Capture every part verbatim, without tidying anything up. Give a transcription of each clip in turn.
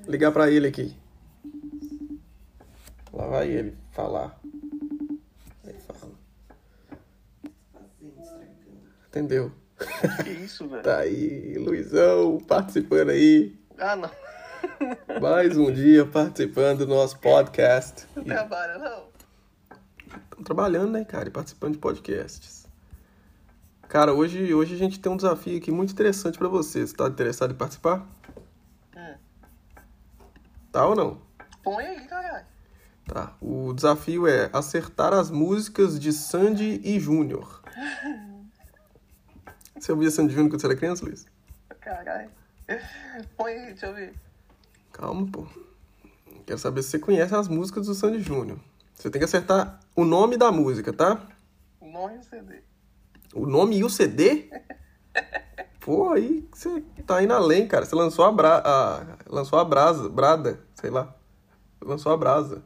ligar pra ele aqui. Lá vai ele falar. Aí fala. Entendeu? Que isso, velho? Tá aí, Luizão, participando aí. Ah, não. Mais um dia participando do nosso podcast. Não trabalha, não. Estamos trabalhando, né, cara? E participando de podcasts. Cara, hoje, hoje a gente tem um desafio aqui muito interessante pra você. Você tá interessado em participar? Hum. Tá ou não? Põe aí, caralho. Tá. O desafio é acertar as músicas de Sandy e Júnior. Você ouvia Sandy e Júnior quando você era criança, Luiz? Caralho. Põe aí, deixa eu ver. Calma, pô. Quero saber se você conhece as músicas do Sandy Júnior. Você tem que acertar o nome da música, tá? O nome e o C D. O nome e o C D? Pô, aí você tá indo além, cara. Você lançou a, bra... a... lançou a brasa, brada, sei lá. Lançou a brasa.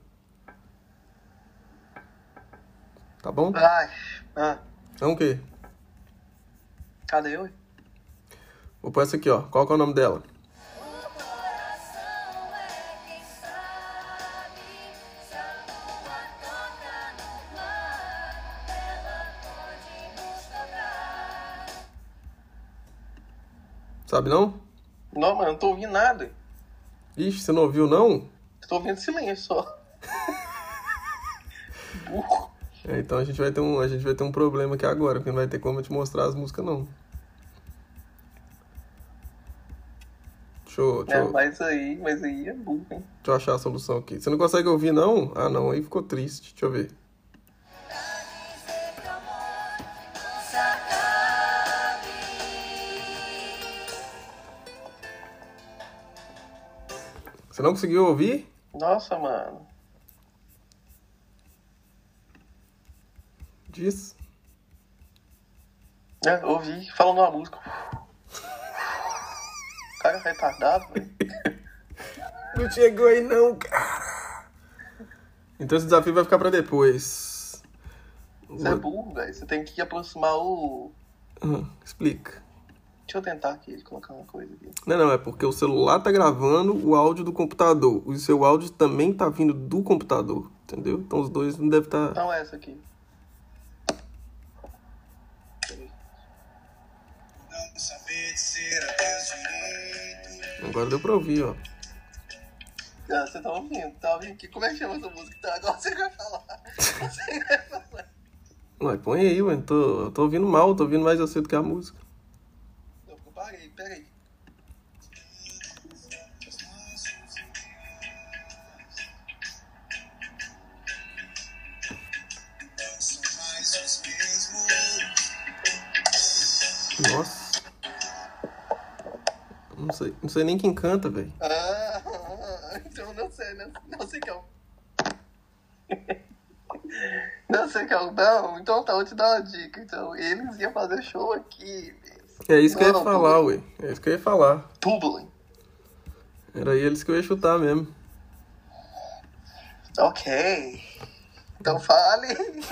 Tá bom? Ai. Ah. Então o quê? Cadê eu? Vou pôr essa aqui, ó. Qual que é o nome dela? Sabe não? Não, mano, não tô ouvindo nada. Ixi, você não ouviu, não? Tô ouvindo silêncio só. Burro. É, então a gente, vai ter um, a gente vai ter um problema aqui agora, porque não vai ter como eu te mostrar as músicas, não. Deixa eu, deixa É, eu, mas aí, mas aí é burro, hein? deixa eu achar a solução aqui. Você não consegue ouvir, não? Ah, não, aí ficou triste. Deixa eu ver. Você não conseguiu ouvir? Nossa, mano. Diz. É, ouvi, falando uma música. O cara é retardado, velho. Não chegou aí, não, cara. Então esse desafio vai ficar pra depois. Você é burro, velho. Você tem que aproximar o... Hum, explica. Deixa eu tentar aqui, colocar uma coisa aqui. Não, não, é porque o celular tá gravando o áudio do computador. O seu áudio também tá vindo do computador, entendeu? Então os dois não devem estar... Então é essa aqui. Agora deu pra ouvir, ó. Ah, você tá ouvindo, tá ouvindo aqui? Como é que chama essa música? Então agora você vai falar. Você vai falar. Ué, põe aí, ué. Tô, tô ouvindo mal, tô ouvindo mais você do que a música. Não, eu parei, peraí. Nossa. Não sei, não sei nem quem canta, velho. Ah, então não sei, não, não sei que é o... Não sei que é o... Não, então tá, vou te dar uma dica. Então, eles iam fazer show aqui. É isso que eu ia Não, falar, Tublin. ué. É isso que eu ia falar. Tublin. Era eles que eu ia chutar mesmo. Ok. Então fale.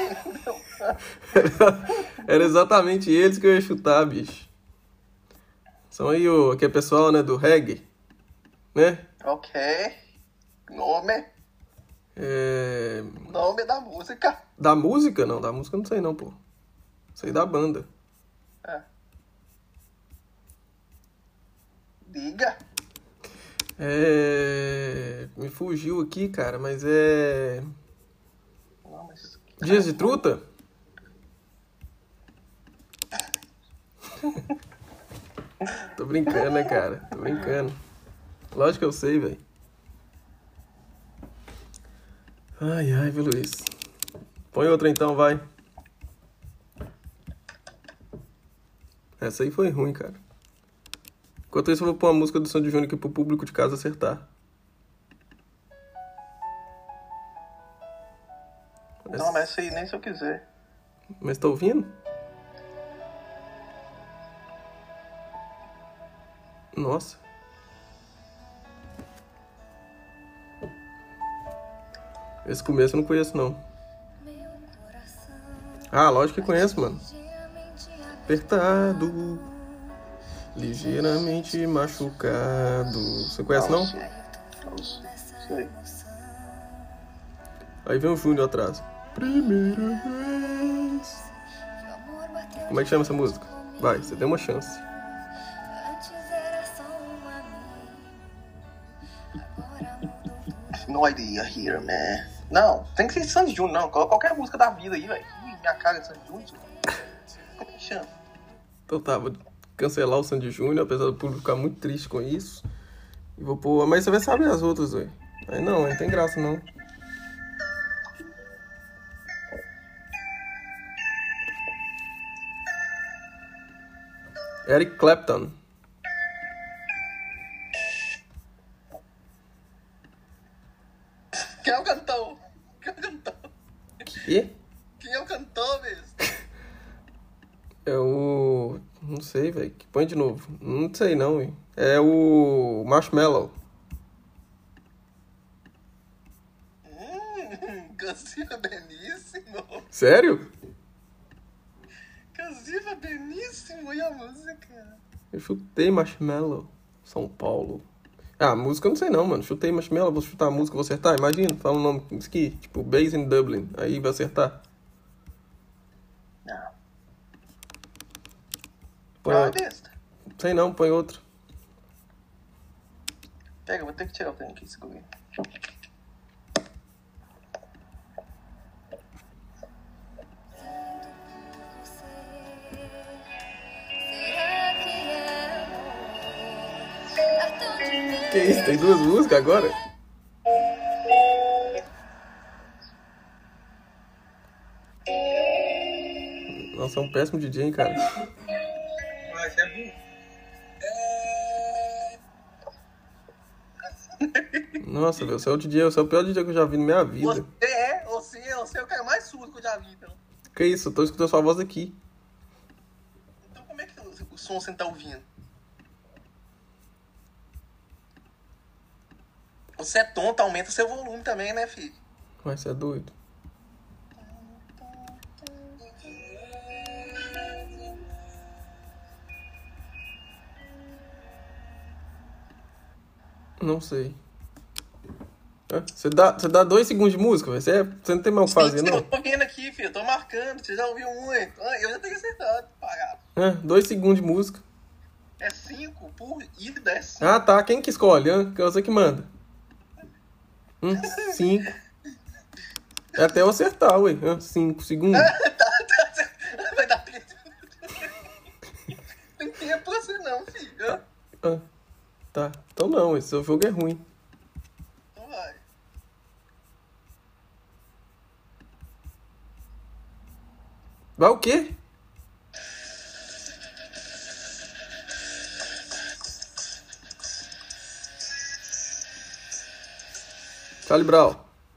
Era, era exatamente eles que eu ia chutar, bicho. São aí o que é pessoal, né, do reggae, né? Ok. Nome. É... Nome da música. Da música? Não, da música eu não sei não, pô. Sei da banda. É. Diga. É... Me fugiu aqui, cara, mas é... Não, mas... Dias de Truta? Tô brincando, né, cara? Tô brincando. Lógico que eu sei, velho. Ai, ai, viu, Luiz? Põe outra então, vai. Essa aí foi ruim, cara. Enquanto isso, eu vou pôr uma música do Sandy Júnior aqui pro público de casa acertar. Não, mas essa aí nem se eu quiser. Mas tá ouvindo? Nossa. Esse começo eu não conheço, não. Ah, lógico que conheço, mano. Apertado, ligeiramente machucado. Você conhece, não? Isso aí. Aí vem o Júnior atrás. Primeira vez. Como é que chama essa música? Vai, você tem uma chance. No idea here, man. Não, tem que ser Sandy Júnior, não. Coloca qualquer música da vida aí, velho. Minha cara de Sandy Júnior. Como é que chama? Então tá, vou cancelar o Sandy Júnior, apesar do público ficar muito triste com isso. E vou pôr. Mas você vai saber as outras, velho. Aí não, aí não tem graça não. Eric Clapton. Quem é o cantor? Quem é o cantor? Que? Quem é o cantor mesmo? É o... Não sei, velho. Põe de novo. Não sei não, velho. É o Marshmello. Hum, Cansiva Beníssimo. Sério? Cansiva Beníssimo. E a música? Eu chutei Marshmello. São Paulo. Ah, música eu não sei não, mano. Chutei Marshmello, vou chutar a música, vou acertar. Imagina, fala um nome aqui, tipo Base in Dublin. Aí vai acertar. Não. Põe Não é outro. besta. Sei não, põe outro. Pega, vou ter que tirar o trem aqui, segura aí. Que isso, tem duas músicas agora? Nossa, é um péssimo D J, hein, cara. Mas é burro. Nossa, velho, você é o D J, você é o pior D J que eu já vi na minha vida. Você é, você é, você é o cara mais surdo que eu já vi, então. Que isso, eu tô escutando sua voz aqui. Então como é que o, o som você tá ouvindo? Você é tonto, aumenta seu volume também, né, filho? Mas você é doido. Não sei. Hã? Você dá, você dá dois segundos de música, velho. Você, é- você não tem mais o que fazer, Sim, não? eu tô vendo aqui, filho. Eu tô marcando. Você já ouviu muito. Ah, eu já tenho acertado. Pagado. Hã? Dois segundos de música. É cinco por ida, é cinco. Ah, tá. Quem que escolhe? Hã? Que é você que manda. Hum, cinco. É até eu acertar, ué. Hã? Cinco segundos. tá, tá. Vai dar tempo. Tem tempo pra você não, filho. Ah, tá. Então não, esse seu jogo é ruim. Então vai. Vai o quê? Charlie Brown.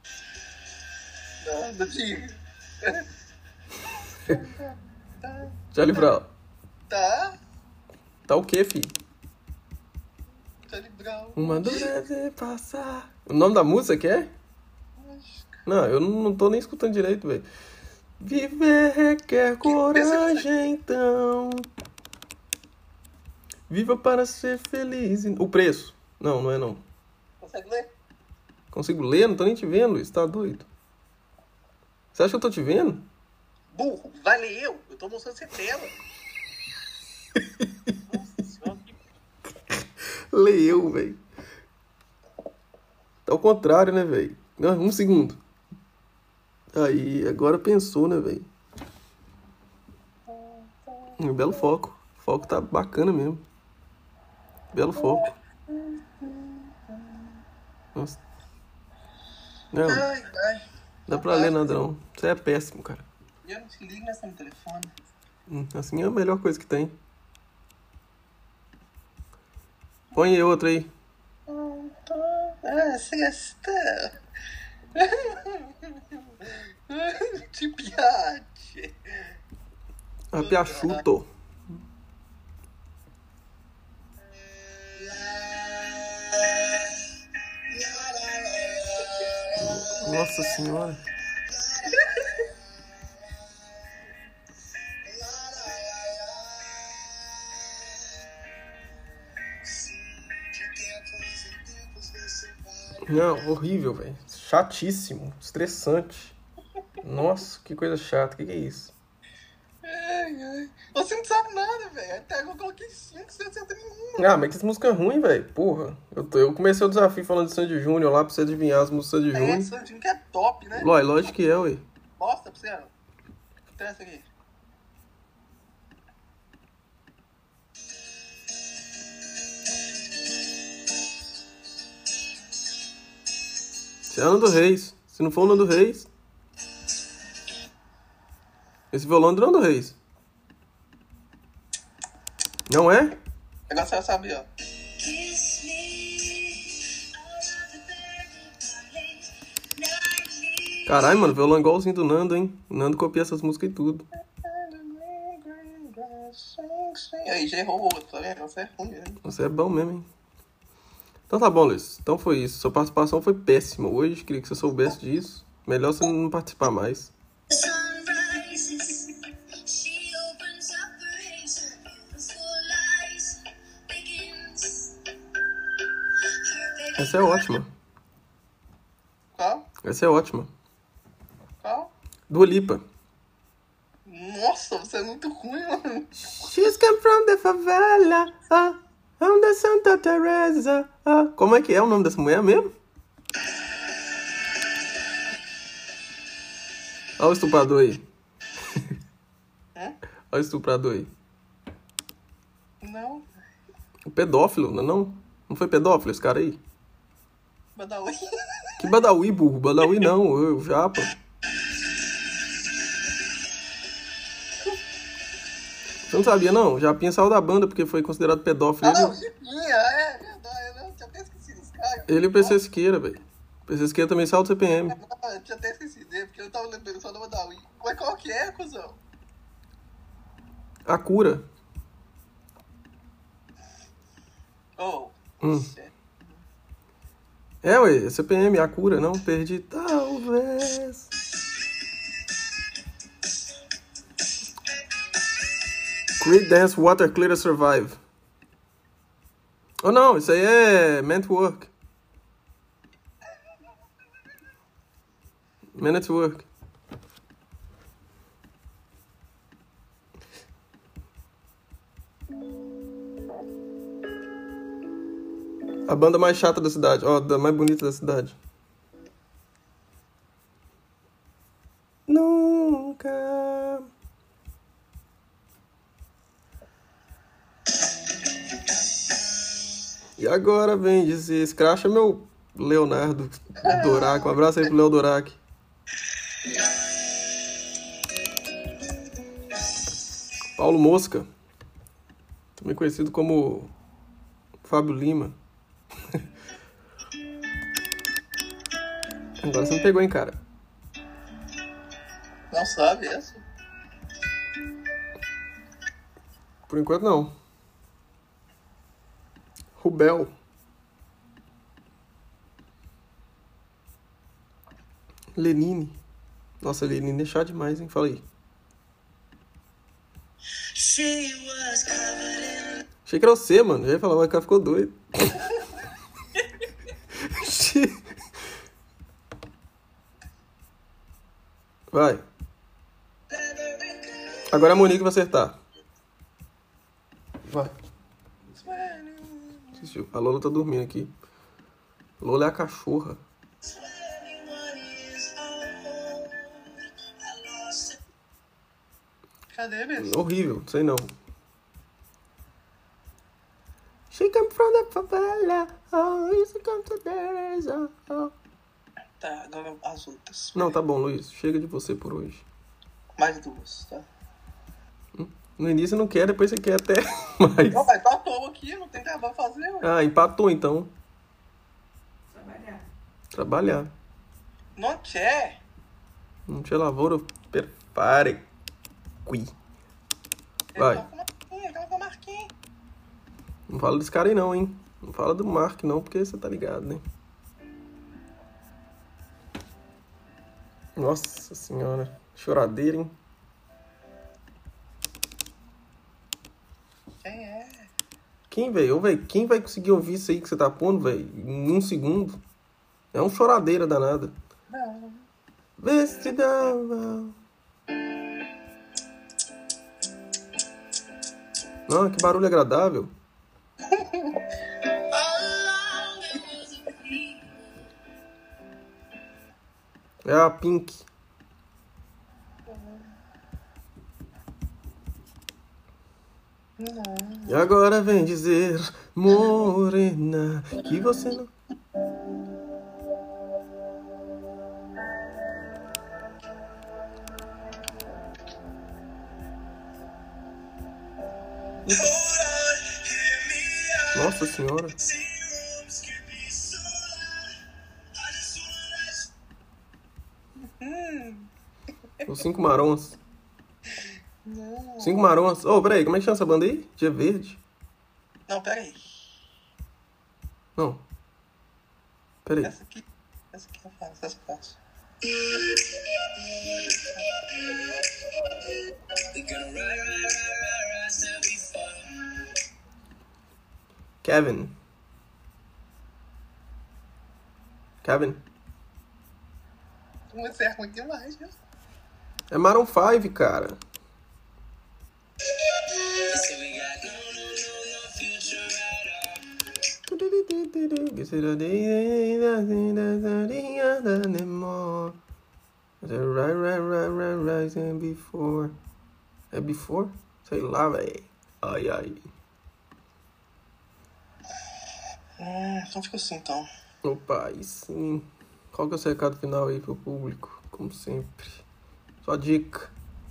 Não, não diga. Charlie Brown. Tá. Tá o quê, filho? Charlie Brown. Uma deve passar. O nome da música que é? Não, eu não, não tô nem escutando direito, velho. Viver requer coragem, então. Viva para ser feliz. O preço. Não, não é não. Consegue ler? Consigo ler? Não tô nem te vendo, Luiz. Tá doido. Você acha que eu tô te vendo? Burro, vai ler eu. Eu tô mostrando você tela. Nossa senhora, que... Lê eu, velho. Tá ao contrário, né, velho? Um segundo. Aí, agora pensou, né, velho? Um belo foco. O foco tá bacana mesmo. Belo foco. Nossa. Não, Ai, ai. dá pra ler nada não. Você é péssimo, cara. Eu não te ligo nessa no telefone. Hum, Assim é a melhor coisa que tem. Põe aí outra aí. Ah, sexta. Ti piace. A piachuto. Nossa senhora. Não, horrível, velho. Chatíssimo, estressante. Nossa, que coisa chata, que que é isso? Ai, ai. Você não sabe nada, velho. Até agora eu coloquei cinco, você não acerta nenhuma. Ah, mas que essa música é ruim, velho. Porra. Eu, tô- eu comecei o desafio falando de Sandy Júnior lá pra você adivinhar as músicas de Sandy É, Júnior. Sandinho que é top, né? Lói, lógico que é, ué. Mostra pra você, ó. Tem essa aqui. Esse é Nando Reis. Se não for o Nando Reis. Esse violão é do Nando Reis. Não é? Agora você vai saber, ó. Caralho, mano, violão igualzinho do Nando, hein? O Nando copia essas músicas e tudo. Aí, já errou o outro, tá vendo? Você é ruim, né? Você é bom mesmo, hein? Então tá bom, Luiz. Então foi isso. Sua participação foi péssima hoje. Queria que você soubesse disso. Melhor você não participar mais. Essa é ótima. Qual? Essa é ótima. Qual? Dua Lipa. Nossa, você é muito ruim, mano. She's come from the favela. Ah, I'm the Santa Teresa. Ah. Como é que é o nome dessa mulher mesmo? Olha o estuprador aí. Hã? Olha o estuprador aí. Não. O pedófilo, não é não? Não foi pedófilo esse cara aí? Badawi. Que Badawi, burro. Badawi não, eu, o Japa. Você não sabia, não? O Japinha saiu da banda porque foi considerado pedófilo. Ah, não, Ele, Chiquinha, é verdade. Eu tinha até esquecido esse cara. ele e o P C Siqueira, velho. O P C Siqueira também saiu do C P M. Ah, eu tinha até esquecido dele, porque eu tava lembrando só do Badawi. Mas qual que é, cuzão? A cura. Oh, Hum. shit. É, ué, C P M, a cura, não perdi, talvez. Creed Dance, Water Clear Survive. Oh, não, isso aí é Man at Work. Man at Work. A banda mais chata da cidade, ó, da mais bonita da cidade. Nunca. E agora vem dizer, escracha meu Leonardo Dorac. Um abraço aí pro Leo Dorac. Paulo Mosca, também conhecido como Fábio Lima. Agora você me pegou, hein, cara? Não sabe essa? Por enquanto, não. Rubel. Lenine. Nossa, Lenine é chato demais, hein? Fala aí. Achei que era você, mano. Eu ia falar, mas o cara ficou doido. Vai. Agora a Monique vai acertar. Vai. Assistiu. A Lola tá dormindo aqui. Lola é a cachorra. Cadê, mesmo? Horrível, sei não. She come from the favela. Oh, she come to Teresa. Oh. Tá, agora as outras. Não, tá bom, Luiz. Chega de você por hoje. Mais duas, tá? No início não quer, depois você quer até mais. Não, mas empatou aqui, não tem nada pra fazer, ué. Ah, empatou então. Trabalhar. Trabalhar. Não quer. Não tinha lavoura, prepare. Qui. Vai. Ele tá com Marquinhos, ele tá com Marquinhos. Não fala desse cara aí não, hein? Não fala do Mark não, porque você tá ligado, né? Nossa senhora. Choradeira, hein? Quem é? Quem, velho? Ô, velho, quem vai conseguir ouvir isso aí que você tá pondo, velho? Em um segundo? É um choradeira danada. Não. Vê se dava. Não, que barulho agradável. É a Pink. Não. E agora vem dizer, morena, que você não... Nossa senhora. Os Cinco Marons. Não. Cinco Marons. Ô, oh, peraí, como é que chama essa banda aí? Dia Verde? Não, peraí. Não. Peraí. Essa aqui. Essa aqui eu faço, essa eu faço. Kevin. Kevin. Você é ruim demais, viu? É Maroon five, cara. É before? Sei lá, véi. Ai, ai. Hum, então fica assim, então. Opa, aí sim. Qual que é o seu recado final aí pro público? Como sempre. Só dica.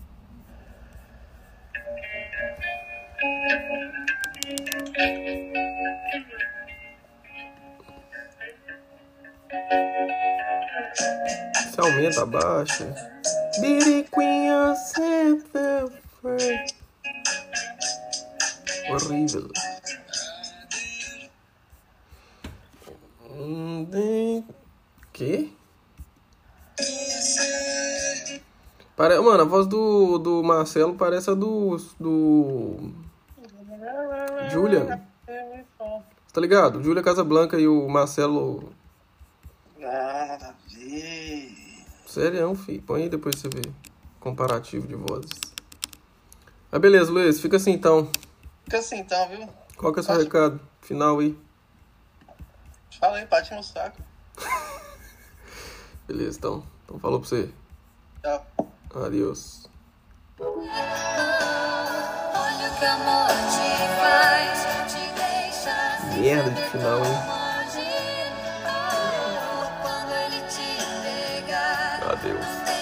Você aumenta, abaixa. Biriquinha sempre foi. Horrível. Hum, tem... Que? Pare... Mano, a voz do, do Marcelo parece a do... do... Julian. Tá ligado? Júlia Casablanca e o Marcelo... Ah, nada a ver. Sério, filho. Põe aí depois você vê. Comparativo de vozes. Mas beleza, Luiz. Fica assim então. Fica assim, então, viu? Qual que é o seu Pode- recado final aí? Fala aí, bate no saco. Beleza, então. Então falou pra você. Tchau. Adeus. Olha o que amor te faz, te deixa Merda de final, hein? longe. Quando ele te pegar, Adeus.